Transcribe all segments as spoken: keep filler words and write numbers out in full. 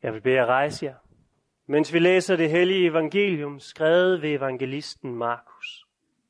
Jeg vil bede jer rejse jer, mens vi læser det hellige evangelium, skrevet ved evangelisten Markus.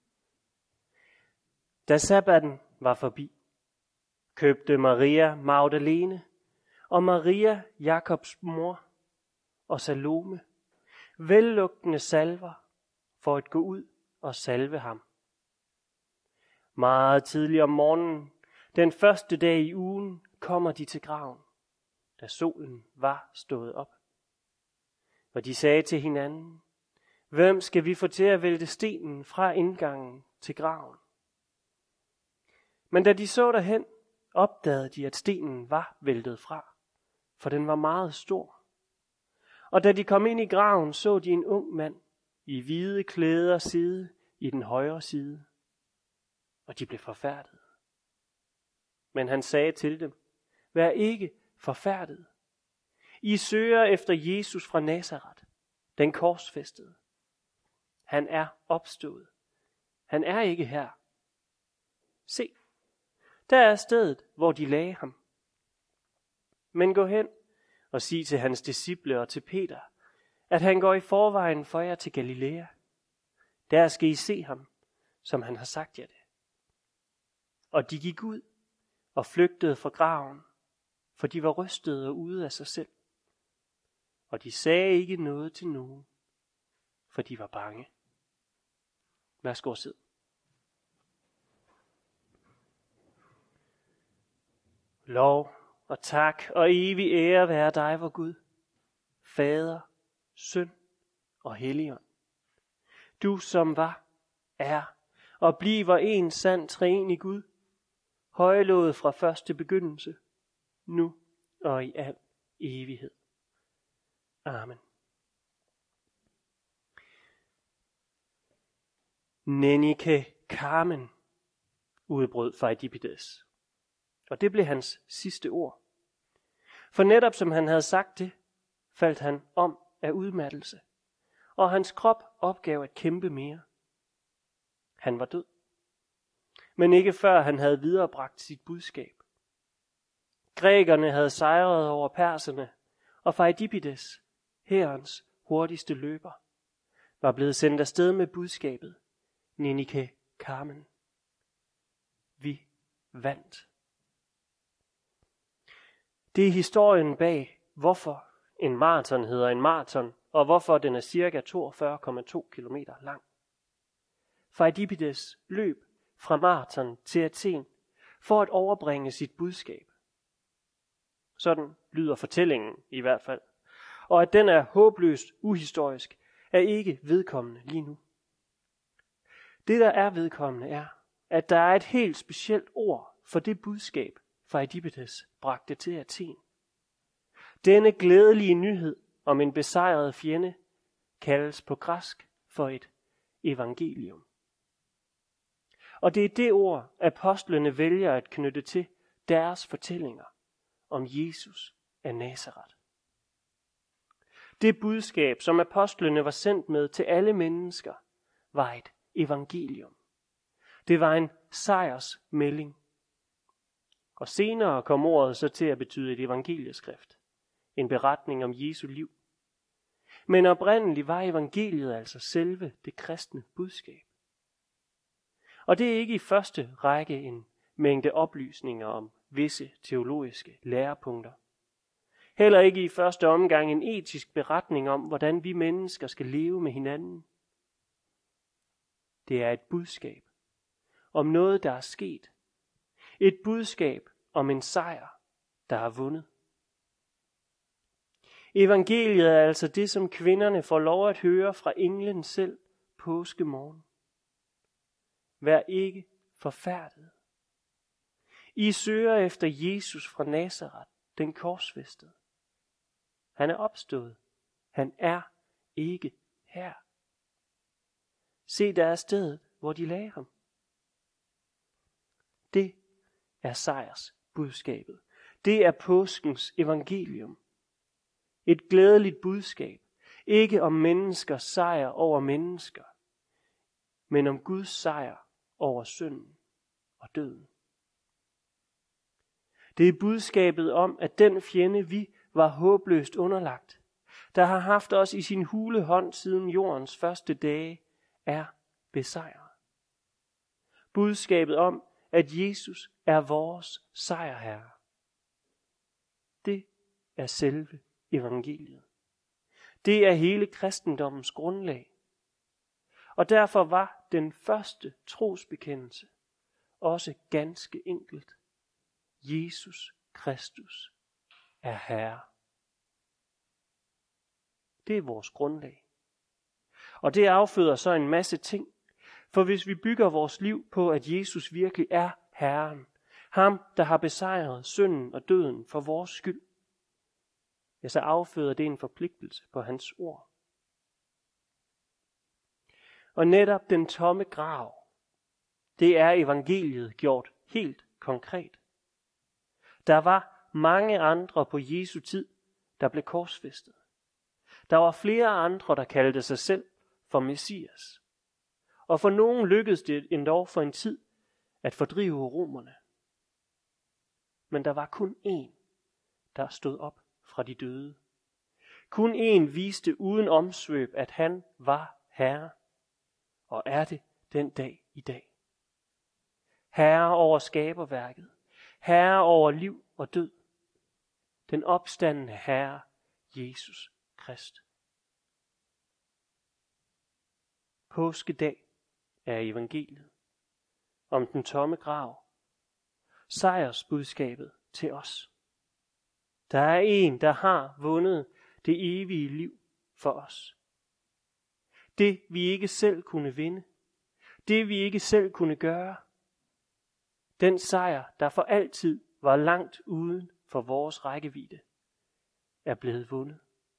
Da sabbaten var forbi, købte Maria Magdalene og Maria, Jakobs mor, og Salome vellugtende salver for at gå ud og salve ham. Meget tidligt om morgenen, den første dag i ugen, kommer de til graven, da solen var stået op. Og de sagde til hinanden, hvem skal vi få til at vælte stenen fra indgangen til graven? Men da de så derhen, opdagede de, at stenen var væltet fra, for den var meget stor. Og da de kom ind i graven, så de en ung mand i hvide klæder sidde i den højre side, og de blev forfærdet. Men han sagde til dem, vær ikke forfærdet. I søger efter Jesus fra Nazaret, den korsfæstede. Han er opstået. Han er ikke her. Se, der er stedet, hvor de lagde ham. Men gå hen og sig til hans disciple og til Peter, at han går i forvejen for jer til Galilea. Der skal I se ham, som han har sagt jer det. Og de gik ud og flygtede fra graven, for de var rystede og ude af sig selv. Og de sagde ikke noget til nogen, for de var bange. Værsgo at sidde. Lov og tak og evig ære være dig, vor Gud, Fader, Søn og Helligånd. Du som var, er og bliver en sand treenig Gud, højlovet fra første begyndelse, nu og i al evighed. Amen. Nenike Carmen, udbrød Feidipides. Og det blev hans sidste ord. For netop som han havde sagt det, faldt han om af udmattelse, og hans krop opgav at kæmpe mere. Han var død, men ikke før han havde viderebragt sit budskab. Grækerne havde sejret over perserne, og Feidipides, hærens hurtigste løber, var blevet sendt afsted med budskabet, Nenike Carmen. Vi vandt. Det er historien bag, hvorfor en maraton hedder en maraton, og hvorfor den er cirka toogfyrre komma to kilometer lang. Feidipides løb fra Marathon til Athen for at overbringe sit budskab. Sådan lyder fortællingen i hvert fald. Og at den er håbløst uhistorisk, er ikke vedkommende lige nu. Det, der er vedkommende, er, at der er et helt specielt ord for det budskab, Feidipides bragte til Athen. Denne glædelige nyhed om en besejret fjende kaldes på græsk for et evangelium. Og det er det ord, apostlene vælger at knytte til deres fortællinger om Jesus af Nazaret. Det budskab, som apostlene var sendt med til alle mennesker, var et evangelium. Det var en sejrsmelding. Og senere kom ordet så til at betyde et evangelieskrift, en beretning om Jesu liv. Men oprindeligt var evangeliet altså selve det kristne budskab. Og det er ikke i første række en mængde oplysninger om visse teologiske lærepunkter. Heller ikke i første omgang en etisk beretning om, hvordan vi mennesker skal leve med hinanden. Det er et budskab om noget, der er sket. Et budskab om en sejr, der er vundet. Evangeliet er altså det, som kvinderne får lov at høre fra englen selv påskemorgen. Vær ikke forfærdet. I søger efter Jesus fra Nazaret, den korsfæstede. Han er opstået. Han er ikke her. Se, der er stedet, hvor de lagde ham. Det er sejrsbudskabet. Det er påskens evangelium. Et glædeligt budskab. Ikke om menneskers sejr over mennesker, men om Guds sejr over synden og døden. Det er budskabet om, at den fjende, vi var håbløst underlagt, der har haft os i sin hule hånd siden jordens første dage, er besejret. Budskabet om, at Jesus er vores sejrherre. Det er selve evangeliet. Det er hele kristendommens grundlag. Og derfor var den første trosbekendelse også ganske enkelt: Jesus Kristus er Herre. Det er vores grundlag. Og det afføder så en masse ting. For hvis vi bygger vores liv på, at Jesus virkelig er Herren, ham der har besejret synden og døden for vores skyld, ja, så afføder det en forpligtelse på hans ord. Og netop den tomme grav, det er evangeliet gjort helt konkret. Der var mange andre på Jesu tid, der blev korsfæstet. Der var flere andre, der kaldte sig selv for Messias. Og for nogen lykkedes det endda for en tid at fordrive romerne. Men der var kun én, der stod op fra de døde. Kun én viste uden omsvøb, at han var Herre, og er det den dag i dag. Herre over skaberværket, Herre over liv og død, den opstandne Herre, Jesus Krist. Påskedag er evangeliet om den tomme grav, sejrsbudskabet til os. Der er en, der har vundet det evige liv for os. Det vi ikke selv kunne vinde, det vi ikke selv kunne gøre, den sejr, der for altid var langt uden for vores rækkevidde, er blevet vundet.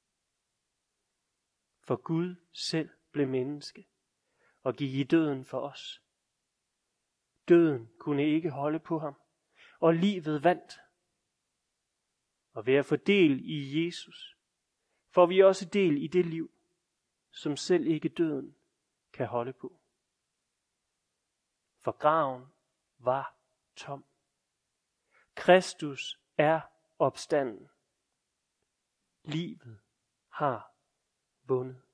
For Gud selv blev menneske og gik i døden for os. Døden kunne ikke holde på ham, og livet vandt. Og ved at få del i Jesus, får vi også del i det liv, som selv ikke døden kan holde på. For graven var tom. Kristus er opstanden. Livet har vundet.